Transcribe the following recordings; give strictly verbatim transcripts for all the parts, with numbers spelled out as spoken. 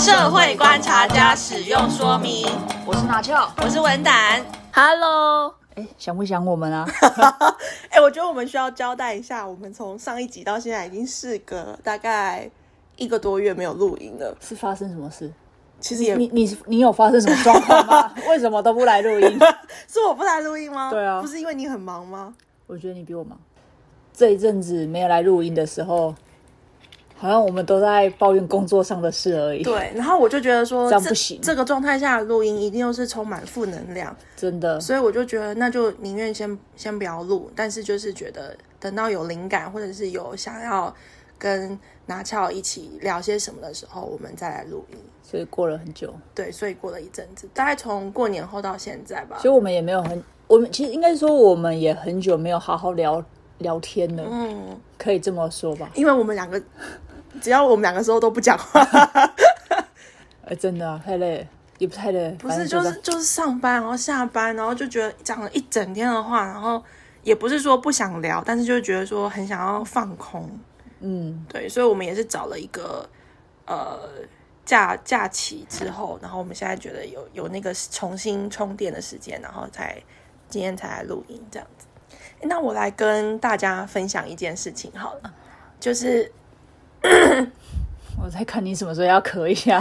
社会观察家使用说明。 我是拿翘， 我是文胆。 Hello， 哎，想不想我们啊？ 哎，我觉得我们需要交代一下，我们从上一集到现在已经事隔大概一个多月没有录音了。 是发生什么事？ 其实也你你你有发生什么状况吗？为什么都不来录音？ 是我不来录音吗？ 对啊， 不是因为你很忙吗？ 我觉得你比我忙。这一阵子没有来录音的时候，好像我们都在抱怨工作上的事而已。 对，然后我就觉得说， 这样不行。 这, 这个状态下的录音一定又是充满负能量， 真的。 所以我就觉得，那就宁愿先先不要录，但是就是觉得等到有灵感，或者是有想要跟拿翘一起聊些什么的时候，我们再来录音。 所以过了很久。 对，所以过了一阵子，大概从过年后到现在吧。 所以我们也没有很，我们其实应该说我们也很久没有好好聊聊天了。嗯，可以这么说吧。 因为我们两个，只要我们两个时候都不讲话。 哎，真的啊，太累了，也不太累。 不是，就是就是上班，然后下班，然后就觉得讲了一整天的话，然后也不是说不想聊，但是就觉得说很想要放空。嗯，对，所以我们也是找了一个呃假假期之后，然后我们现在觉得有有那个重新充电的时间，然后才今天才来录音这样子。那我来跟大家分享一件事情好了，就是我在看你什么时候要咳一下。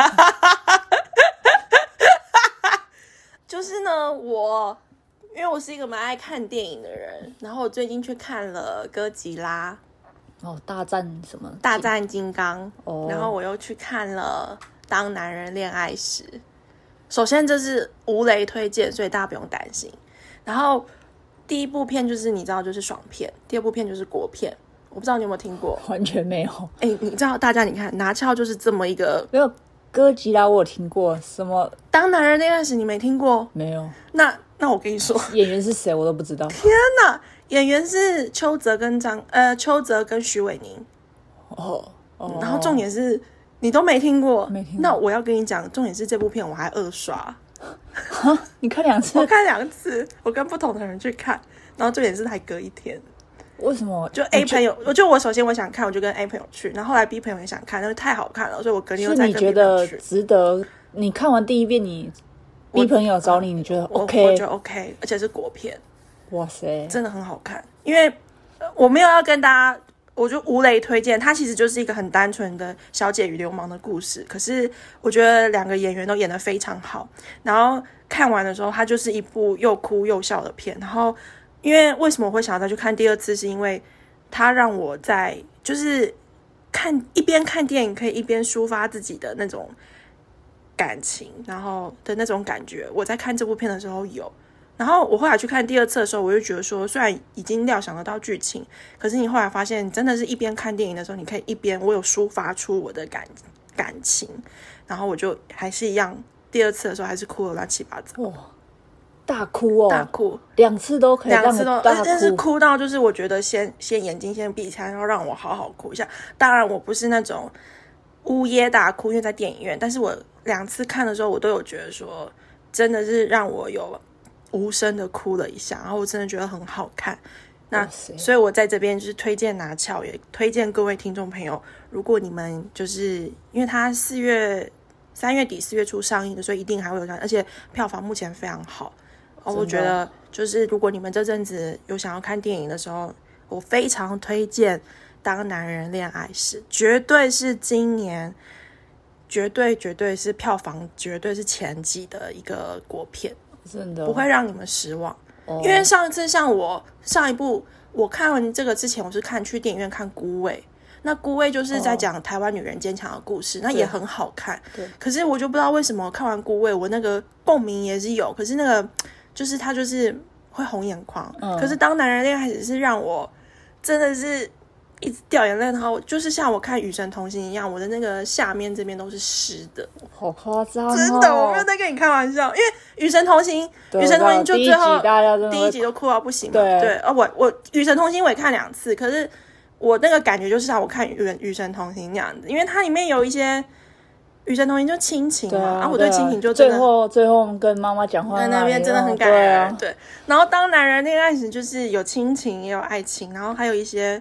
就是呢，我因为我是一个蛮爱看电影的人，然后我最近去看了哥吉拉。 哦，大战什么？ 大战金刚。 哦， 然后我又去看了《当男人恋爱时》。首先这是无雷推荐，所以大家不用担心。然后第一部片就是你知道就是爽片，第二部片就是国片。我不知道你有没有听过？ 完全没有。 哎，你知道大家你看拿翘就是这么一个没有哥吉拉，我有听过什么？《 当男人恋爱时》你没听过？ 没有。 那那我跟你说， 演员是谁我都不知道。 天哪！演员是邱泽跟张呃邱泽跟徐伟宁。 哦哦。 然后重点是你都没听过， 没听过。 那我要跟你讲，重点是这部片我还二刷。 你看两次？ 我看两次，我跟不同的人去看，然后重点是还隔一天。 为什么？ 就 A 朋友，我就我首先我想看，我就跟 A 朋友去，然后后来 B 朋友也想看，但是太好看了，所以我隔天又再跟 B 朋友去。 是你觉得值得？你看完第一遍，你 B 朋友找你，你觉得 OK？ 我, 我觉得 OK， 而且是国片。 哇塞， 真的很好看。因为我没有要跟大家，我就无雷推荐，它其实就是一个很单纯的小姐与流氓的故事。可是我觉得两个演员都演得非常好，然后看完的时候，它就是一部又哭又笑的片。然后，因为为什么我会想要再去看第二次，是因为它让我在就是看一边看电影，可以一边抒发自己的那种感情，然后的那种感觉。我在看这部片的时候有。然后我后来去看第二次的时候，我就觉得说，虽然已经料想得到剧情，可是你后来发现，真的是一边看电影的时候，你可以一边我有抒发出我的感感情，然后我就还是一样，第二次的时候还是哭了乱七八糟。 哇，大哭哦， 大哭， 两次都可以让你大哭， 两次都，但是哭到就是我觉得先先眼睛先闭起来，然后让我好好哭一下。当然我不是那种呜咽大哭，因为在电影院，但是我两次看的时候，我都有觉得说，真的是让我有无声的哭了一下，然后我真的觉得很好看。那所以我在这边就是推荐拿翘，也推荐各位听众朋友，如果你们就是因为它四月三月底四月初上映的，所以一定还会有看，而且票房目前非常好。我觉得就是如果你们这阵子有想要看电影的时候，我非常推荐《当男人恋爱时》，绝对是今年绝对绝对是票房绝对是前几的一个国片。 真的不会让你们失望。哦，因为上一次像我上一部我看完这个之前，我是看去电影院看孤味，那孤味就是在讲台湾女人坚强的故事，哦，那也很好看。对，可是我就不知道为什么看完孤味，我那个共鸣也是有，可是那个就是他就是会红眼眶。嗯，可是当男人恋爱时是让我真的是一直掉眼泪，然后就是像我看《与神同行》一样，我的那个下面这边都是湿的， 好夸张哦！ 真的，我没有在跟你开玩笑。因为《与神同行》，《与神同行》就最后第一集都哭到不行嘛。对，对啊，我我《与神同行》我也看两次，可是我那个感觉就是像我看《与与神同行》那样子，因为它里面有一些《与神同行》就亲情嘛，啊，啊我对亲情就真的最后最后跟妈妈讲话在那边真的很感人。对，啊，对，然后当男人恋爱时就是有亲情也有爱情，然后还有一些。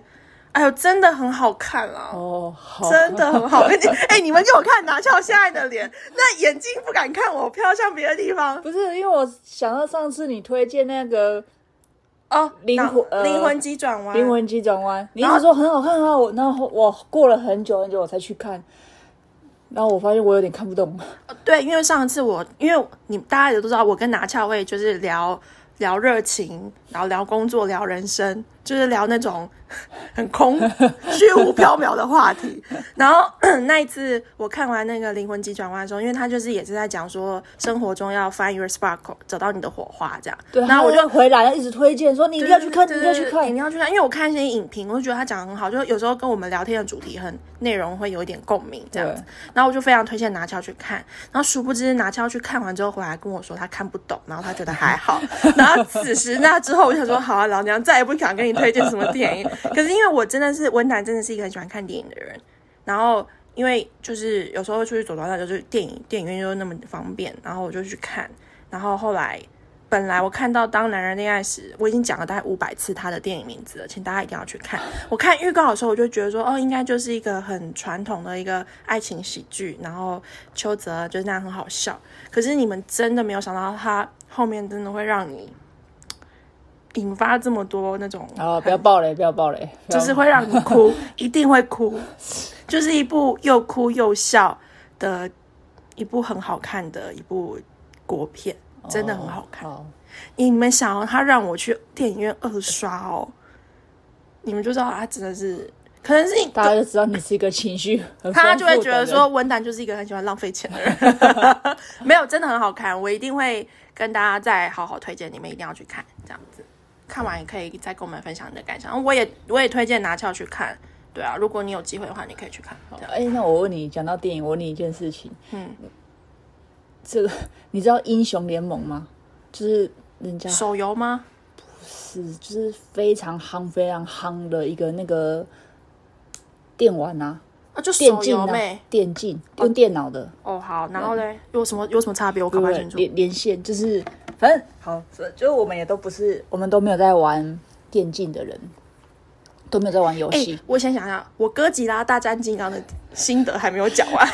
哎呦，真的很好看啦！ 哦，好， 真的很好看。哎、欸，你们给我看拿翘现在的脸，那眼睛不敢看我，飘向别的地方。 不是因为我想到上次你推荐那个哦， 灵魂呃灵魂急转弯， 灵魂急转弯，你一直说很好看啊，我然后我过了很久很久我才去看，然后我发现我有点看不懂。 对，因为上次我因为你大家也都知道，我跟拿翘会就是聊聊热情，然后聊工作，聊人生，就是聊那种很空虚无缥缈的话题。然后那一次我看完那个灵魂急转弯的时候，因为他就是也是在讲说生活中要 find your sparkle， 找到你的火花这样。 对， 然后我就回来一直推荐说你一定要去看，你一定要去看， 你一定要去看，因为我看一些影评，我就觉得他讲得很好，就有时候跟我们聊天的主题很内容会有一点共鸣这样子。然后我就非常推荐拿翘去看，然后殊不知拿翘去看完之后回来跟我说他看不懂，然后他觉得还好。然后此时那之后我想说好啊，老娘再也不想跟你推荐什么电影。可是因为我真的是文胆真的是一个很喜欢看电影的人，然后因为就是有时候会出去走走那就是电影电影院又那么方便，然后我就去看。然后后来本来我看到当男人恋爱时，我已经讲了大概五百次他的电影名字了，请大家一定要去看。我看预告的时候我就觉得说哦，应该就是一个很传统的一个爱情喜剧，然后邱泽就是那样很好笑。可是你们真的没有想到他后面真的会让你引发这么多那种哦，不要爆雷，不要爆雷， 就是会让你哭，一定会哭，就是一部又哭又笑的一部很好看的一部国片，真的很好看。 哦、 你们想要他让我去电影院二刷哦，你们就知道他真的是，可能是你大家就知道你是一个情绪很丰富的人， 他就会觉得说文胆就是一个很喜欢浪费钱的人。没有，真的很好看，我一定会跟大家再好好推荐，你们一定要去看，这样子。看完也可以再跟我们分享你的感想，我也我也推荐拿翘去看，对啊，如果你有机会的话，你可以去看。 哎、欸，那我问你，讲到电影，我问你一件事情， 嗯， 这个你知道英雄联盟吗？就是人家手游吗？ 不是，就是非常夯、非常夯的一个那个电玩啊， 啊，就手游啊， 妹， 电竞，用电脑的。 哦，好，然后嘞，有什么有什么差别？我搞不清楚。 连连线就是。反正好，就是我们也都不是，我们都没有在玩电竞的人，都没有在玩游戏。 欸、我先想想，我哥吉拉大战金刚的心得还没有讲完。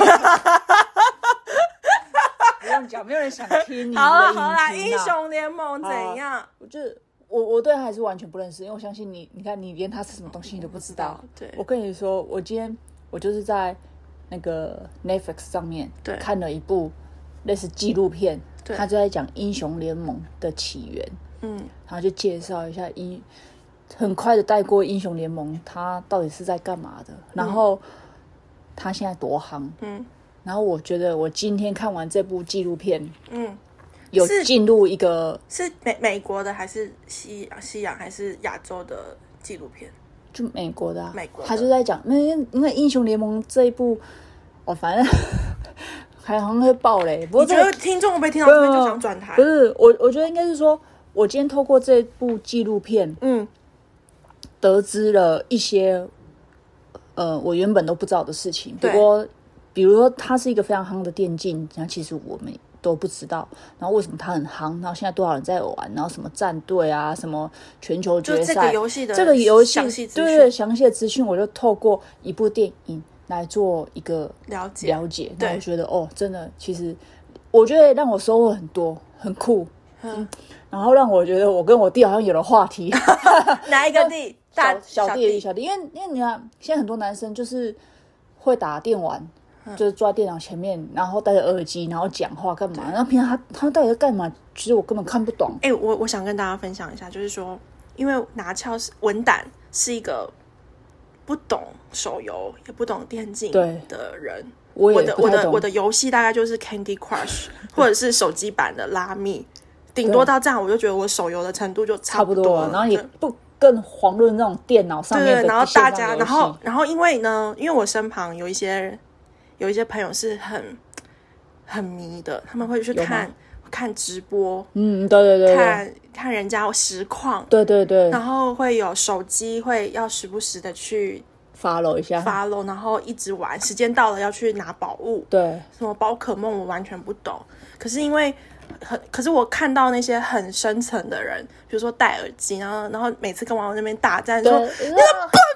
不用讲，没有人想听你的。 好了好啦，英雄联盟怎样？ 我就我我对他还是完全不认识，因为我相信你，你看你连他是什么东西你都不知道。 对， 我跟你说，我今天我就是在那个 Netflix 上面看了一部类似纪录片。他就在讲英雄联盟的起源，嗯，然后就介绍一下英，很快的带过英雄联盟，它到底是在干嘛的，然后他现在多夯，嗯，然后我觉得我今天看完这部纪录片，嗯，有进入一个是美美国的还是西西洋还是亚洲的纪录片？ 就美国的、啊， 美国的， 他就在讲，那因为英雄联盟这一部，哦，反正。还好像会爆雷，不过、 这个、你觉得听众会不会听到这边就想转台？ 不是，我我觉得应该是说，我今天透过这部纪录片，嗯，得知了一些，呃，我原本都不知道的事情。不过，比如说，它是一个非常夯的电竞，然后其实我们都不知道。然后为什么它很夯？然后现在多少人在玩？然后什么战队啊，什么全球决赛， 就这个游戏的这个游戏详细资讯， 对详细的资讯，我就透过一部电影。来做一个了解了解，那我觉得哦，真的，其实我觉得让我收获很多，很酷，嗯，然后让我觉得我跟我弟好像有了话题。 哪一个弟？ 大小弟小弟，因为因为你看，现在很多男生就是会打电玩，嗯、就是坐在电脑前面，然后戴着耳机，然后讲话干嘛？然后平常他他到底在干嘛？其实我根本看不懂。 哎、欸，我我想跟大家分享一下，就是说，因为拿翘是文胆是一个。不懂手游也不懂电竞的人， 我也我的我的我的游戏大概就是 Candy Crush 或者是手机版的拉密，顶多到这样我就觉得我手游的程度就差不多了， 差不多了，然后也不更遑论那种电脑上面的， 对，然后大家，然后然后因为呢，因为我身旁有一些有一些朋友是很很迷的，他们会去看。看直播， 嗯，对对 对, 对， 看看人家实况， 对对对， 然后会有手机会要时不时的去 follow 一下 follow， 然后一直玩，时间到了要去拿宝物， 对， 什么宝可梦我完全不懂，可是因为很，可是我看到那些很深层的人，比如说戴耳机，然后然后每次跟网友那边大战说你的笨啊你，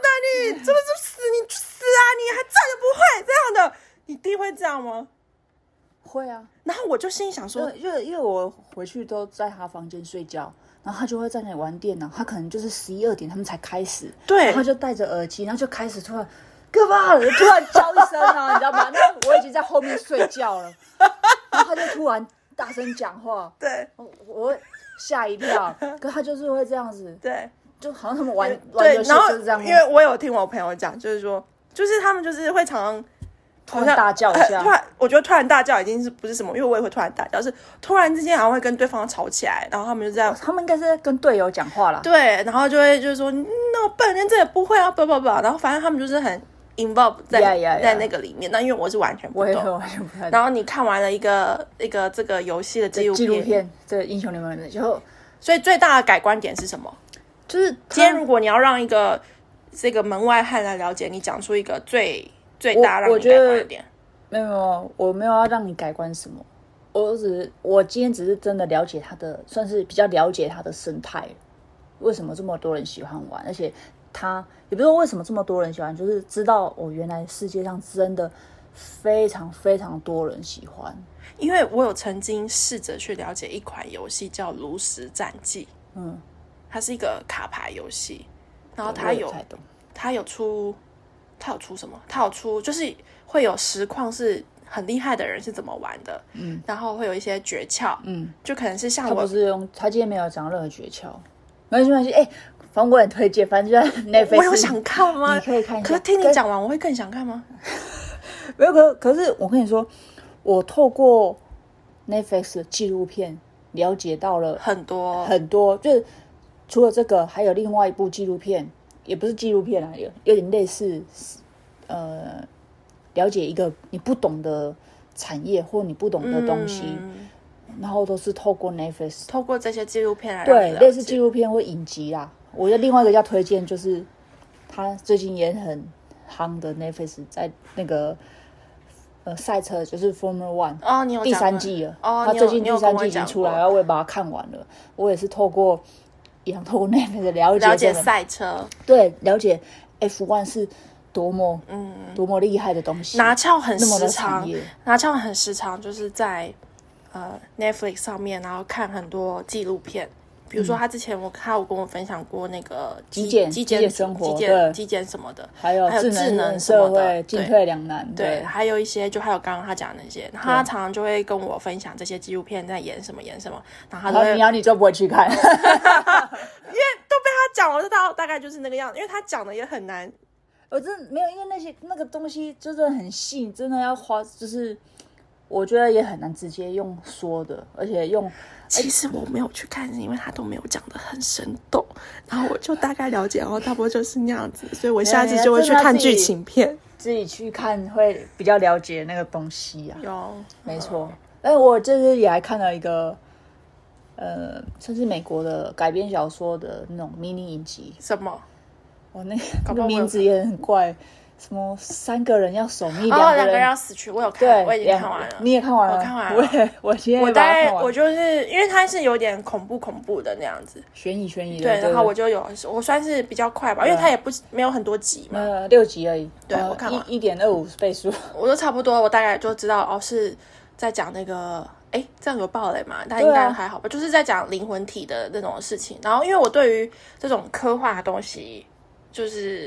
你这不是死你去死啊，你还真的不会这样的，你弟会这样吗？ 会啊。 然后我就心里想说， 因为因为我回去都在他房间睡觉，然后他就会在那里玩电脑，他可能就是十一二点他们才开始， 对， 然后他就戴着耳机，然后就开始突然干嘛，突然叫一声啊，你知道吗？那我已经在后面睡觉了，然后他就突然大声讲话， 对， 我我吓一跳，可他就是会这样子， 对， 就好像他们玩玩游戏就是这样。 因为我有听我朋友讲，就是说，就是他们就是会常常突然大叫一下， 突然我觉得突然大叫已经是不是什么，因为我也会突然大叫，是突然之间好像会跟对方吵起来，然后他们就这样， 他们应该是在跟队友讲话啦。 对，然后就会就是说，那我笨，连这也不会啊，不不不，然后反正他们就是很 involve 在 yeah, yeah, yeah. 在那个里面，那因为我是完全不懂， 我也完全不太懂。 然后你看完了一个一个这个游戏的纪录纪录片，这个英雄联盟的，就所以最大的改观点是什么？ 就是今天如果你要让一个这个门外汉来了解你，讲出一个最最大让你改观的点。 没有没有，我没有要让你改观什么，我只是我今天只是真的了解他的，算是比较了解他的生态，为什么这么多人喜欢玩，而且他也不是说为什么这么多人喜欢，就是知道哦，原来世界上真的非常非常多人喜欢。 因为我有曾经试着去了解一款游戏叫《炉石战记》，嗯，它是一个卡牌游戏，然后它有它有出它有出什么？它有出就是会有实况是很厉害的人是怎么玩的，嗯，然后会有一些诀窍，嗯，就可能是像我他不是用他今天没有讲任何诀窍，没关系没关系，哎、欸，反正我很推荐，反正就在 Netflix， 我有想看吗？ 你可以看一下。 可是听你讲完，我会更想看吗？ 没有，可可是我跟你说，我透过 Netflix 的纪录片了解到了很多很多，就是除了这个，还有另外一部纪录片，也不是纪录片啊，有有点类似，呃，了解一个你不懂的产业或你不懂的东西，嗯、然后都是透过 Netflix， 透过这些纪录片来对，类似纪录片或影集啦。我的另外一个要推荐就是他最近也很夯的 Netflix， 在那个。呃，赛车就是 Formula One 哦，你有第三季了哦， 他最近第三季已经出来，然后我也把它看完了。我也是透过一样透过 Netflix 的了解了解赛车， 对，了解 F 一 是多么嗯多么厉害的东西。 拿翘很时常，拿翘很时常，就是在呃 Netflix 上面，然后看很多纪录片。比如说，他之前我他有跟我分享过那个极简极简生活、 极简极简什么的， 还有智能什么的， 进退两难。 对，还有一些就还有刚刚他讲的那些，他常常就会跟我分享这些纪录片在演什么演什么，然后他就会， 然后你就不会去看，因为都被他讲，我知道大概就是那个样子，因为他讲的也很难， 我真的没有，因为那些那个东西真的很细，真的要花，就是我觉得也很难直接用说的，而且用。 其实我没有去看，是因为他都没有讲得很生动，然后我就大概了解，然后差不多就是那样子，所以我下次就会去看剧情片， 自己去看会比较了解那个东西啊。 有， 没错。但我这次也还看了一个，呃，甚至美国的改编小说的那种迷你影集。 什么？ 我那那个名字也很怪。什么三个人要守密，两个人、哦、 两个人要死去，我有看，我已经看完了。 你也看完了？ 我看完了。 我也，我今天我大概我就是因为它是有点恐怖恐怖的那样子， 悬疑悬疑的。 对，然后我就有，我算是比较快吧，因为它也不没有很多集嘛， 呃，六集而已。 对，呃、我看完一点二五倍速， 我都差不多，我大概就知道哦是在讲那个，哎，这样有爆雷嘛？但应该还好吧，啊、就是在讲灵魂体的那种事情。然后因为我对于这种科幻的东西，就是。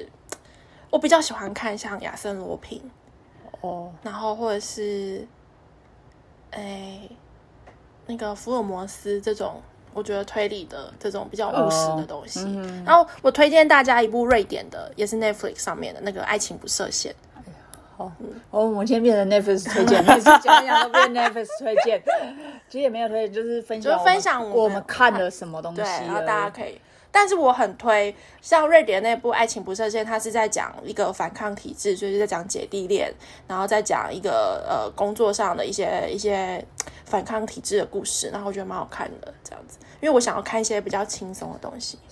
我比较喜欢看像亚森罗平哦，然后或者是哎那个福尔摩斯这种，我觉得推理的这种比较务实的东西。哦嗯、然后我推荐大家一部瑞典的，也是 Netflix 上面的那个《爱情不设限》。 好，哦，我们先变成 Netflix 推荐，每次讲一讲都变 Netflix 推荐，其实也没有推荐，就是分享， 就是分享我们看了什么东西， 对，然后大家可以。但是我很推，像瑞典那部《爱情不设限》，它是在讲一个反抗体制，就是在讲姐弟恋，然后再讲一个呃工作上的一些一些反抗体制的故事，然后我觉得蛮好看的这样子，因为我想要看一些比较轻松的东西。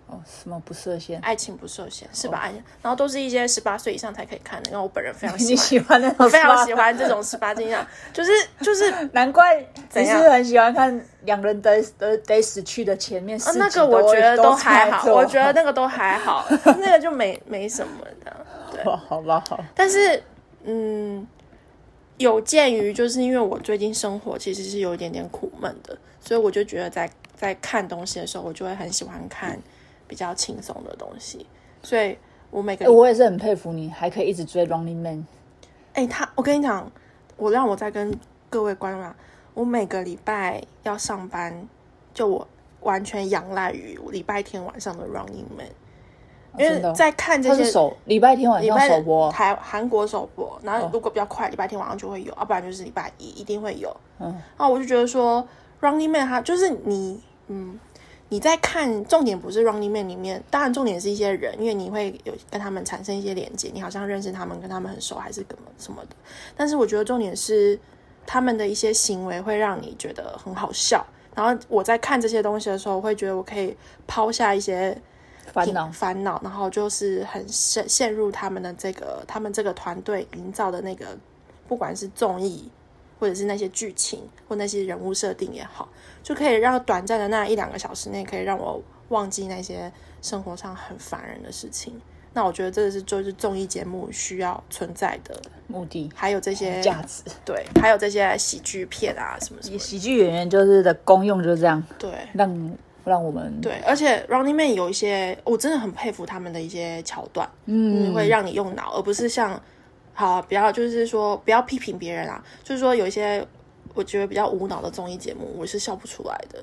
哦，什么不设限？ 爱情不设限是吧？爱情，然后都是一些十八岁以上才可以看的。因为我本人非常喜欢， 你喜欢那种， 我非常喜欢这种十八禁以上，就是就是， 难怪你是很喜欢看两人得得得死去的前面四集、 啊、那个我觉得都还好，我觉得那个都还好，那个就没没什么的。对， 好吧，好。 但是嗯，有鉴于就是因为我最近生活其实是有一点点苦闷的，所以我就觉得在在看东西的时候，我就会很喜欢看比较轻松的东西，所以我每个、欸、 我也是很佩服你，还可以一直追 Running Man。 哎、欸，他，我跟你讲，我让我再跟各位观众讲，我每个礼拜要上班，就我完全仰赖于礼拜天晚上的 Running Man，、哦、因为在看这些， 首礼拜天晚上首播， 台韩国首播，然后如果比较快，礼、哦、拜天晚上就会有，要、啊、不然就是礼拜一一定会有。嗯，然后我就觉得说 Running Man 它就是你，嗯。你在看，重点不是 Running Man 里面，当然重点是一些人，因为你会有跟他们产生一些连接，你好像认识他们，跟他们很熟，还是什么什么的。但是我觉得重点是他们的一些行为会让你觉得很好笑。然后我在看这些东西的时候，我会觉得我可以抛下一些烦恼， 烦恼，然后就是很陷陷入他们的这个，他们这个团队营造的那个，不管是综艺，或者是那些剧情或那些人物设定也好，就可以让短暂的那一两个小时内可以让我忘记那些生活上很烦人的事情。那我觉得这是就是综艺节目需要存在的目的， 还有这些价值， 对，还有这些喜剧片啊什么什么。 喜剧演员就是的功用就是这样， 对， 让让我们对，而且 Running Man 有一些我真的很佩服他们的一些桥段，嗯，会让你用脑，而不是像好不要就是说不要批评别人啊，就是说有一些我觉得比较无脑的综艺节目，我是笑不出来的。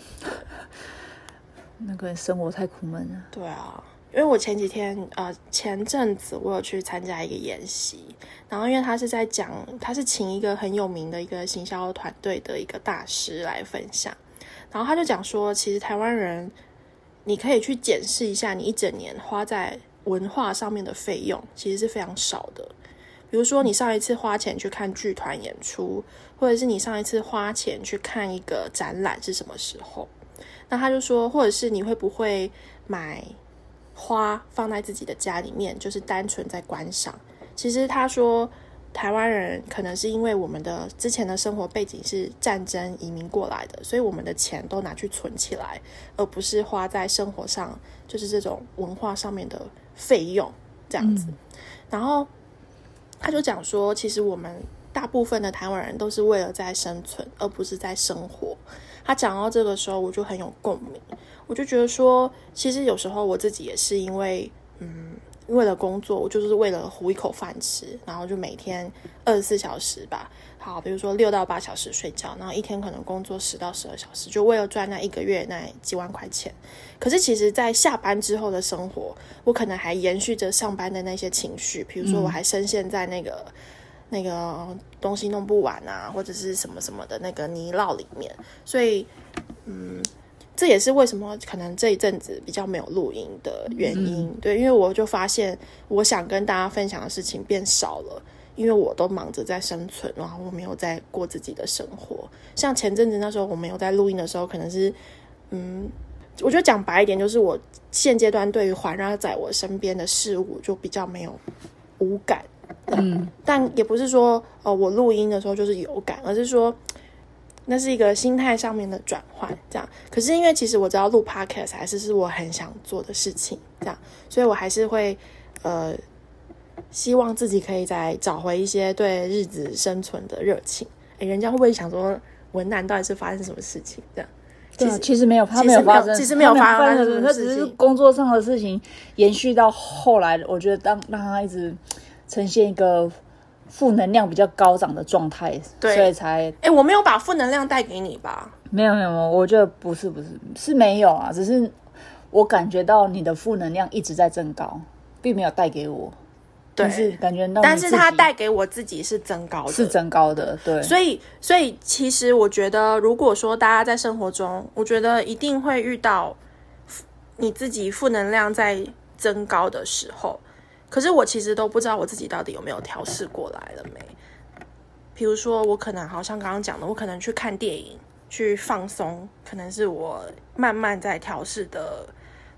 那个生活太苦闷了。 对啊，因为我前几天呃前阵子我有去参加一个研习，然后因为他是在讲，他是请一个很有名的一个行销团队的一个大师来分享，然后他就讲说，其实台湾人你可以去检视一下，你一整年花在文化上面的费用其实是非常少的。比如说你上一次花钱去看剧团演出，或者是你上一次花钱去看一个展览是什么时候。那他就说，或者是你会不会买花放在自己的家里面，就是单纯在观赏。其实他说台湾人可能是因为我们的之前的生活背景是战争移民过来的，所以我们的钱都拿去存起来，而不是花在生活上，就是这种文化上面的费用这样子、嗯、然后他就讲说，其实我们大部分的台湾人都是为了在生存，而不是在生活。他讲到这个时候我就很有共鸣，我就觉得说其实有时候我自己也是因为嗯，为了工作，我就是为了糊一口饭吃，然后就每天二十四小时吧，好，比如说六到八小时睡觉，然后一天可能工作十到十二小时，就为了赚那一个月那几万块钱。可是其实在下班之后的生活，我可能还延续着上班的那些情绪，比如说我还深陷在那个、嗯、那个东西弄不完啊，或者是什么什么的那个泥淖里面。所以嗯，这也是为什么可能这一阵子比较没有录音的原因、嗯、对，因为我就发现我想跟大家分享的事情变少了，因为我都忙着在生存，然后我没有在过自己的生活。像前阵子那时候我没有在录音的时候，可能是嗯，我觉得讲白一点，就是我现阶段对于环绕在我身边的事物就比较没有无感。嗯，但也不是说呃我录音的时候就是有感，而是说那是一个心态上面的转换，这样。可是因为其实我知道录 podcast 还是是我很想做的事情，这样，所以我还是会呃希望自己可以再找回一些对日子生存的热情。诶，人家会不会想说文男到底是发生什么事情这样？ 对啊，其实没有，他没有发生， 其实没有发生什么他事情， 只是工作上的事情延续到后来，我觉得当让他一直呈现一个负能量比较高涨的状态，所以才哎，我没有把负能量带给你吧？ 没有没有，我觉得不是不是是没有啊，只是我感觉到你的负能量一直在增高，并没有带给我。 对， 但是感觉到， 但是它带给我自己是增高的， 是增高的，对。 所以，所以其实我觉得，如果说大家在生活中，我觉得一定会遇到你自己负能量在增高的时候，可是我其实都不知道我自己到底有没有调试过来了没。比如说，我可能好像刚刚讲的，我可能去看电影去放松，可能是我慢慢在调试的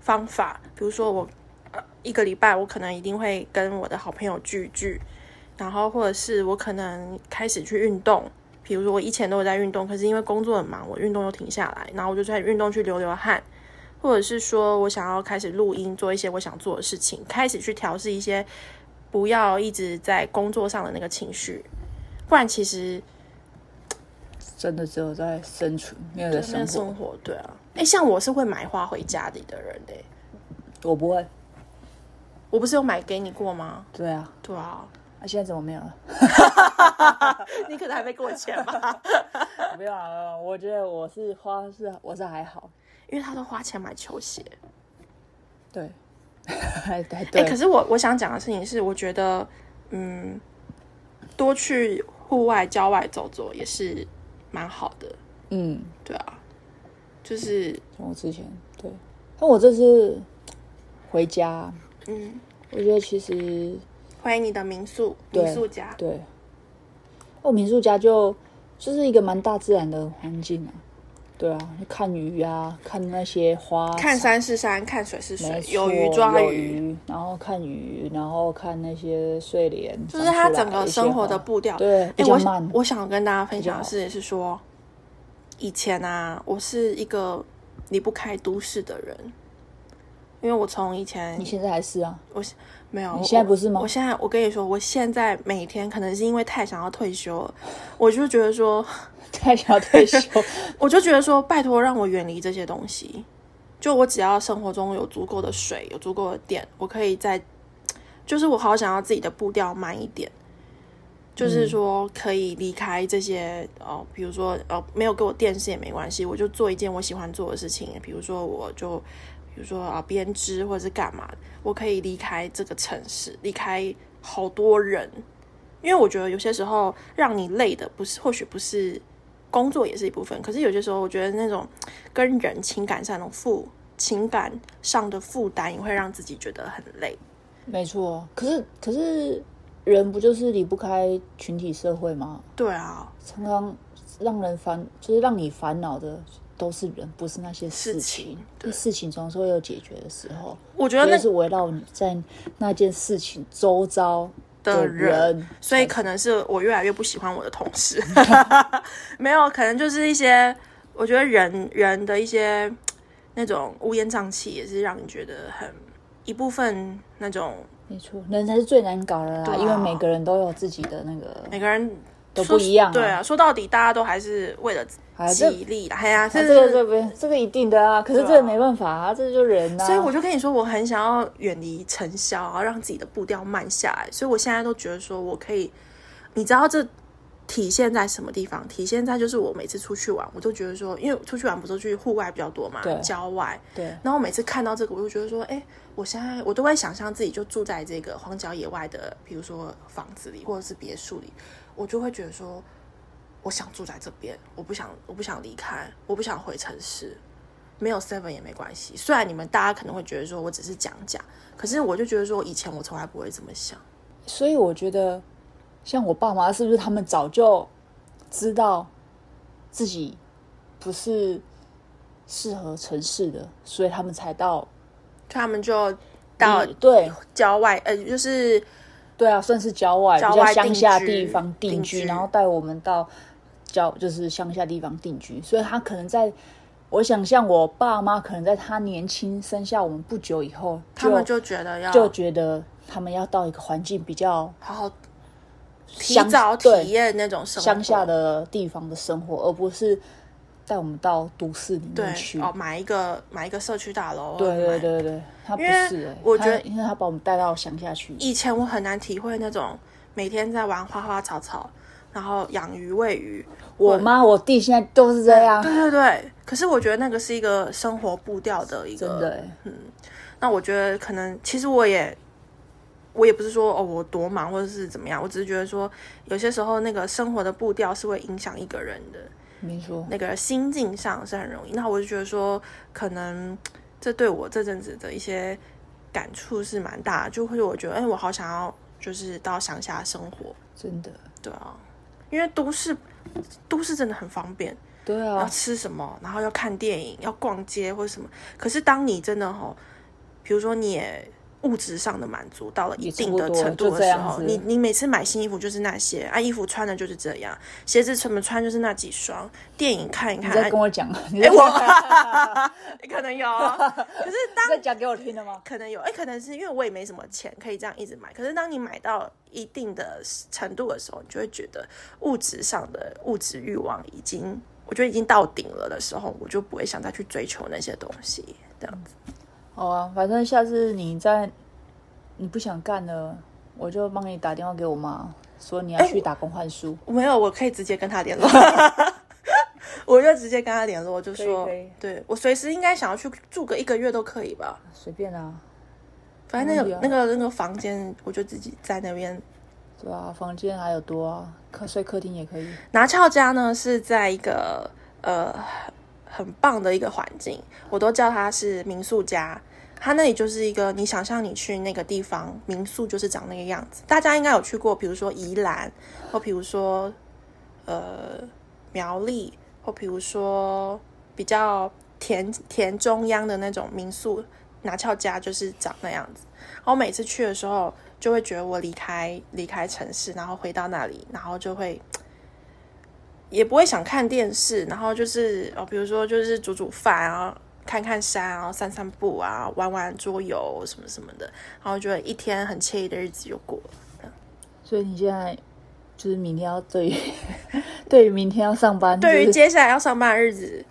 方法，比如说我、呃、一个礼拜我可能一定会跟我的好朋友聚聚，然后或者是我可能开始去运动，比如说我以前都有在运动，可是因为工作很忙，我运动又停下来，然后我就在运动去流流汗，或者是说我想要开始录音，做一些我想做的事情，开始去调试一些不要一直在工作上的那个情绪，不然其实真的只有在生存，没有在生活。 生活对啊，哎，像我是会买花回家里的人嘞。 我不会。 我不是有买给你过吗？ 对啊， 对啊。 那、啊、现在怎么没有了？ 你可能还没给我钱吧？ 没有啊，我觉得我是花是我是还好， 因为他都花钱买球鞋。 对。 哎、欸，可是我我想讲的事情是，我觉得嗯，多去户外郊外走走也是蛮好的。嗯，对啊，就是我之前对，但我这次回家，嗯，我觉得其实欢迎你的民宿民宿家， 对，我民宿家就就是一个蛮大自然的环境啊。对啊，看鱼啊，看那些花， 看山是山，看水是水，有鱼抓鱼， 然后看鱼，然后看那些睡莲， 就是它整个生活的步调， 对，比较慢。 我, 我想跟大家分享的是，是说，以前啊，我是一个离不开都市的人，因为我从以前， 你现在还是啊？ 我没有， 你现在不是吗？ 我, 我现在，我跟你说，我现在每天可能是因为太想要退休了，我就觉得说。 太想要退休， 我就觉得说，拜托让我远离这些东西。就我只要生活中有足够的水，有足够的电，我可以在，就是我好想要自己的步调慢一点，就是说可以离开这些哦，比如说哦，没有给我电视也没关系，我就做一件我喜欢做的事情，比如说我就，比如说啊编织或者是干嘛，我可以离开这个城市，离开好多人，因为我觉得有些时候让你累的不是，或许不是。工作也是一部分，可是有些时候我觉得那种跟人情感上的负情感上的负担也会让自己觉得很累。 没错，可是可是人不就是离不开群体社会吗？ 对啊， 常常让人烦，就是让你烦恼的都是人，不是那些事情。对，事情总是会有解决的时候。 我觉得那是围绕你在那件事情周遭。 的人，所以可能是我越来越不喜欢我的同事。没有，可能就是一些我觉得人人的一些那种乌烟瘴气，也是让你觉得很一部分那种。 没错，人才是最难搞的啦，啊、因为每个人都有自己的那个， 每个人都不一样、啊。 对啊，说到底，大家都还是为了己利啦。哎呀、啊， 这个这个这个一定的啊，可是这个没办法啊，啊这就人啊。 所以我就跟你说，我很想要远离尘嚣，然后让自己的步调慢下来。所以我现在都觉得说，我可以，你知道这体现在什么地方？体现在就是我每次出去玩，我都觉得说，因为出去玩不是去户外比较多嘛，郊外。 对。 然后我每次看到这个，我就觉得说，哎，我现在我都会想象自己就住在这个荒郊野外的，比如说房子里或者是别墅里，我就会觉得说。我想住在这边，我不想，我不想离开，我不想回城市。没有 seven 也没关系。虽然你们大家可能会觉得说我只是讲讲，可是我就觉得说以前我从来不会这么想。 所以我觉得，像我爸妈是不是他们早就知道自己不是适合城市的，所以他们才到， 他们就到对郊外，呃，就是。 对啊，算是郊外， 郊外比较乡下地方定居， 定居然后带我们到郊就是乡下地方定居，所以他可能在，我想象我爸妈可能在他年轻生下我们不久以后， 他们就觉得要就觉得他们要到一个环境比较好好提早体验那种生活， 乡下的地方的生活，而不是。带我们到都市里面去哦，买一个买一个社区大楼。 对对对对，他不是、欸， 我觉得因为他把我们带到乡下去。 以前我很难体会那种每天在玩花花草草，然后养鱼喂鱼。 我妈我弟现在都是这样。 对对对，可是我觉得那个是一个生活步调的一个， 真的、欸， 嗯。那我觉得可能，其实我也我也不是说哦我多忙或者是怎么样，我只是觉得说有些时候那个生活的步调是会影响一个人的。 没错， 那个心境上是很容易。那我就觉得说，可能这对我这阵子的一些感触是蛮大的，就会我觉得，哎，我好想要就是到乡下生活。 真的， 对啊，因为都市都市真的很方便。 对啊， 要吃什么，然后要看电影，要逛街或者什么。可是当你真的吼比如说你也物质上的满足到了一定的程度的时候，你你每次买新衣服就是那些啊，衣服穿的就是这样，鞋子怎么穿就是那几双，电影看一看。 你在跟我讲？哎、 欸，我可能有，可是当在讲给我听的吗？ 可能有，哎、欸，可能是因为我也没什么钱可以这样一直买。可是当你买到一定的程度的时候，你就会觉得物质上的物质欲望已经，我觉得已经到顶了的时候，我就不会想再去追求那些东西，这样子。 好啊，反正下次你在你不想干了，我就帮你打电话给我妈，说你要去打工换书。 欸、没有，我可以直接跟他联络，我就直接跟他联络，就说，对我随时应该想要去住个一个月都可以吧， 随便啊， 反正那个、啊、那个那个房间，我就自己在那边。 对啊，房间还有多啊，客睡客厅也可以。 拿翘家呢是在一个呃。很棒的一个环境，我都叫它是民宿家。它那里就是一个，你想象你去那个地方，民宿就是长那个样子。大家应该有去过，比如说宜兰，或比如说呃苗栗，或比如说比较田田中央的那种民宿，拿翘家就是长那样子。然后每次去的时候，就会觉得我离开离开城市，然后回到那里，然后就会。也不会想看电视，然后就是哦，比如说就是煮煮饭，然后看看山，然后散散步啊，玩玩桌游什么什么的，然后觉得一天很惬意的日子就过了。 所以你现在就是明天要对于对于明天要上班， 对于接下来要上班的日子，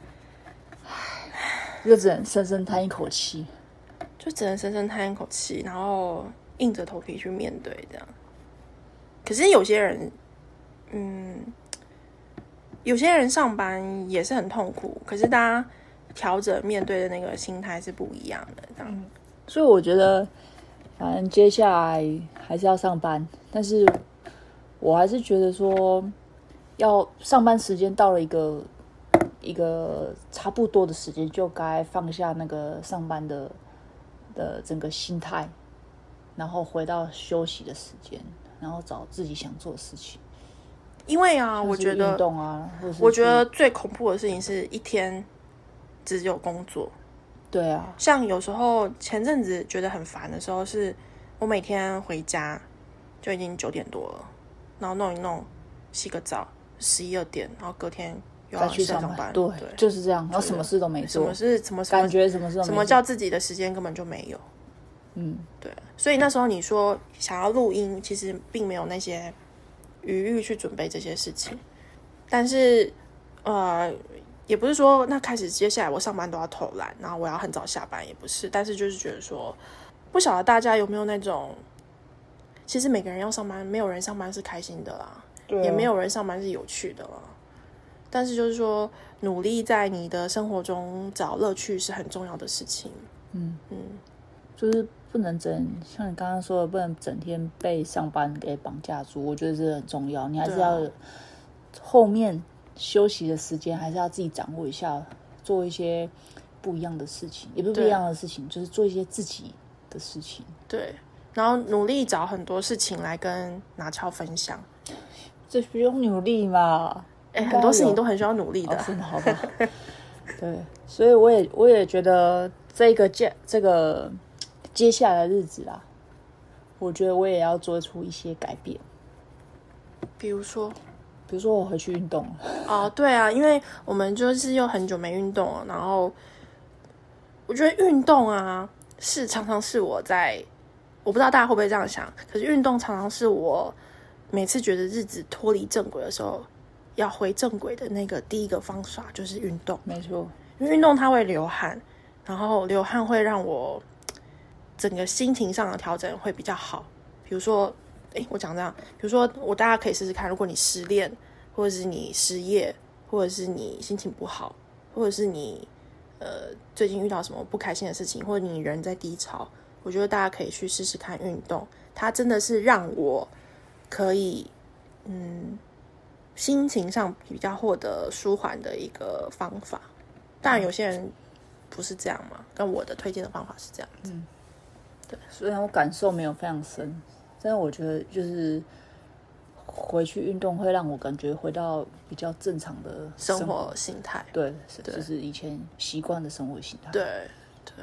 就只能深深叹一口气， 就只能深深叹一口气，然后硬着头皮去面对这样。可是有些人，嗯。有些人上班也是很痛苦，可是大家调整面对的那个心态是不一样的，这样、嗯。 所以我觉得，反正接下来还是要上班，但是我还是觉得说，要上班时间到了一个一个差不多的时间，就该放下那个上班的的整个心态，然后回到休息的时间，然后找自己想做的事情。 因为啊，我觉得， 啊、 我觉得最恐怖的事情是一天只有工作。 对啊， 像有时候前阵子觉得很烦的时候，是我每天回家就已经九点多了，然后弄一弄，洗个澡，十一二点，然后隔天又要去上班。班对，对，就是这样，然后什么事都没做， 什么事什么感觉什么事都没做， 什么叫自己的时间根本就没有。 嗯， 对，所以那时候你说想要录音，其实并没有那些余裕去准备这些事情，但是呃，也不是说那开始接下来我上班都要偷懒，然后我要很早下班，也不是，但是就是觉得说，不晓得大家有没有那种，其实每个人要上班，没有人上班是开心的啦， 对啊， 也没有人上班是有趣的啦，但是就是说，努力在你的生活中找乐趣是很重要的事情。 嗯嗯， 就是不能整像你刚刚说的，不能整天被上班给绑架住，我觉得这很重要。你还是要后面休息的时间，还是要自己掌握一下，做一些不一样的事情，也不是不一样的事情，就是做一些自己的事情。 对，然后努力找很多事情来跟拿翘分享。 这不用努力嘛？ 哎、欸，很多事情都很需要努力的。 哦、真的好吧？对，所以我也我也觉得这个接这个接下来的日子啦，我觉得我也要做出一些改变。 比如说， 比如说我回去运动了。 哦，对啊，因为我们就是又很久没运动了，然后我觉得运动啊，是常常是我在，我不知道大家会不会这样想，可是运动常常是我每次觉得日子脱离正轨的时候，要回正轨的那个第一个方法就是运动。 没错， 因为运动它会流汗，然后流汗会让我整个心情上的调整会比较好。比如说，哎，我讲这样，比如说我大家可以试试看，如果你失恋，或者是你失业，或者是你心情不好，或者是你呃最近遇到什么不开心的事情，或者你人在低潮，我觉得大家可以去试试看运动，它真的是让我可以嗯心情上比较获得舒缓的一个方法。当然有些人不是这样嘛，跟我的推荐的方法是这样子。嗯，对， 虽然我感受没有非常深，但是我觉得就是回去运动会让我感觉回到比较正常的生活心态。 对，就是以前习惯的生活心态。 对对，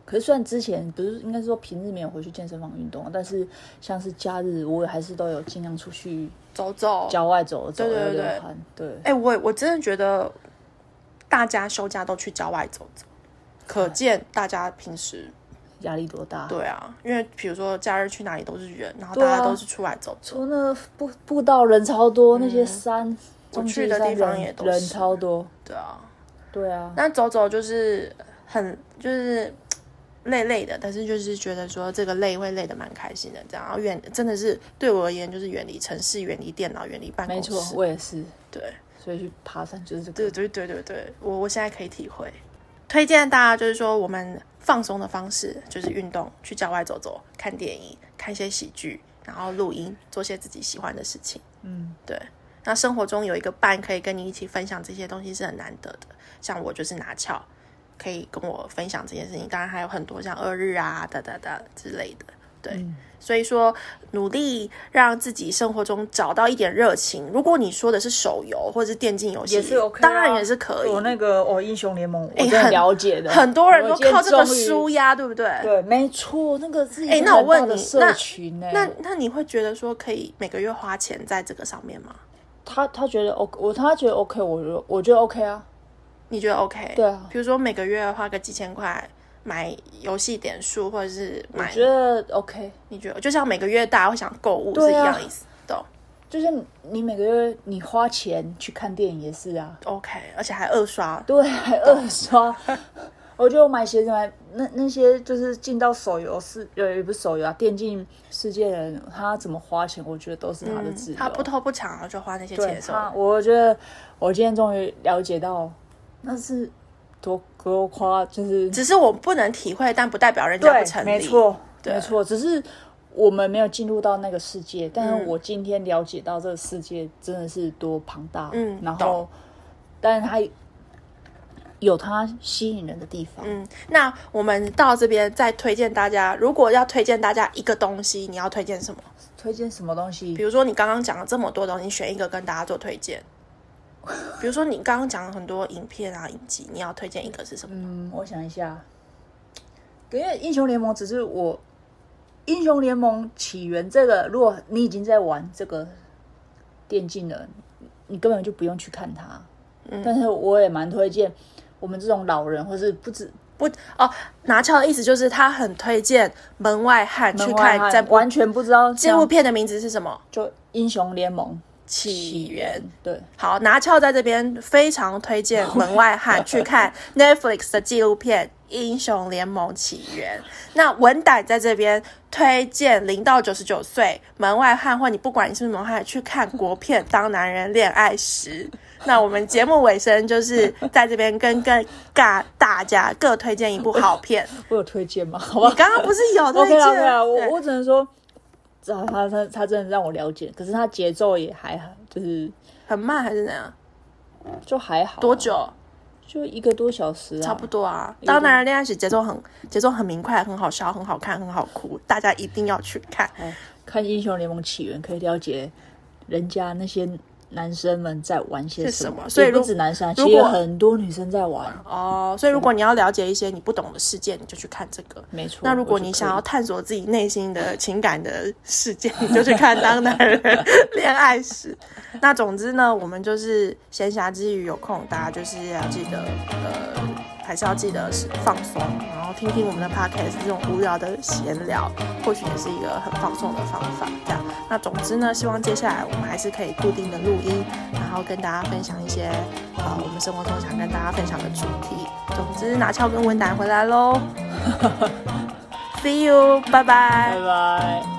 可是虽然之前不是应该说平日没有回去健身房运动，但是像是假日，我还是都有尽量出去走走， 郊外走走， 对对对对对。 哎、欸，我我真的觉得大家休假都去郊外走走，可见大家平时压力多大？ 对啊，因为比如说假日去哪里都是人，然后大家都是出来走走。 说、啊、那步步道人超多，嗯、那些山， 我去的地方也都是人超多。 对啊， 对啊。 那走走就是很就是累累的，但是就是觉得说这个累会累得蛮开心的，这样。然后远真的是对我而言就是远离城市，远离电脑，远离办公室。 没错，我也是。 对， 所以去爬山就是这个。 对对对对对，我我现在可以体会。推荐大家就是说，我们放松的方式就是运动，去郊外走走，看电影，看一些喜剧，然后录音，做些自己喜欢的事情。嗯，对。那生活中有一个伴可以跟你一起分享这些东西是很难得的。像我就是拿翘，可以跟我分享这件事情。当然还有很多像二日啊、哒哒哒之类的。对。嗯，所以说努力让自己生活中找到一点热情。如果你说的是手游或者是电竞游戏， 也是 OK 啊， 当然也是可以。 我那个哦，英雄联盟我真的了解的、 欸很，很多人都靠这个抒压，对不对？ 对，没错，那个是一个很大的社群、欸、 那那那你会觉得说可以每个月花钱在这个上面吗？ 他他觉得 OK， 我他觉得 OK， 我觉得我觉得 OK 啊。 你觉得 OK？ 对啊， 比如说每个月花个几千块。买游戏点数或者是买， 我觉得 OK。 你觉得就像每个月大家会想购物是一样的意思，懂、啊？ 就像你每个月你花钱去看电影也是啊 ，OK， 而且还二刷， 对，还二刷。我觉得我买鞋子买那那些就是进到手游世，也不是手游啊，电竞世界的人，他怎么花钱，我觉得都是他的自由、嗯， 他不偷不抢，然后就花那些钱的时候， 我觉得我今天终于了解到，那是。多多夸就是， 只是我不能体会，但不代表人家不成立。 没错，没错，只是我们没有进入到那个世界。但是我今天了解到这个世界真的是多庞大，嗯，然后，但是它有它吸引人的地方。 嗯，那我们到这边再推荐大家，如果要推荐大家一个东西，你要推荐什么？ 推荐什么东西？ 比如说你刚刚讲了这么多东西，你选一个跟大家做推荐。比如说你刚刚讲了很多影片啊影集，你要推荐一个是什么？ 嗯，我想一下，因为英雄联盟只是我英雄联盟起源这个，如果你已经在玩这个电竞了，你根本就不用去看它。嗯，但是我也蛮推荐我们这种老人，或是不止不哦，拿翘的意思就是他很推荐门外汉去看，在完全不知道纪录片的名字是什么， 就英雄联盟。 起源， 对， 好，拿翘在这边非常推荐门外汉去看 Netflix 的纪录片《英雄联盟起源》。那文胆在这边推荐零到九十九岁门外汉，或你不管你是不是门外汉，去看国片《当男人恋爱时》。那我们节目尾声就是在这边跟跟大家各推荐一部好片。 我有推荐吗？好吧， 你刚刚不是有推荐？ OK 啊，啊，我我只能说。他他他他真的让我了解，可是他节奏也还好，就是很慢还是怎样？ 就还好、啊。 多久？ 就一个多小时啊， 差不多啊。当男人恋爱时节奏很节奏很明快，很好笑，很好看，很好哭，大家一定要去看。 看《英雄联盟起源》可以了解人家那些男生们在玩些什么， 什么所以不止男生，其实很多女生在玩哦。所以如果你要了解一些你不懂的世界，你就去看这个。 没错。 那如果你想要探索自己内心的情感的世界，你就去看《当男人恋爱时》。那总之呢，我们就是闲暇之余有空，大家就是要记得，呃，还是要记得是放松，然后听听我们的 podcast 这种无聊的闲聊，或许也是一个很放松的方法。这样，那总之呢，希望接下来我们还是可以固定的录音，然后跟大家分享一些呃我们生活中想跟大家分享的主题。总之，拿翘跟文胆回来喽，See you， 拜拜， 拜拜。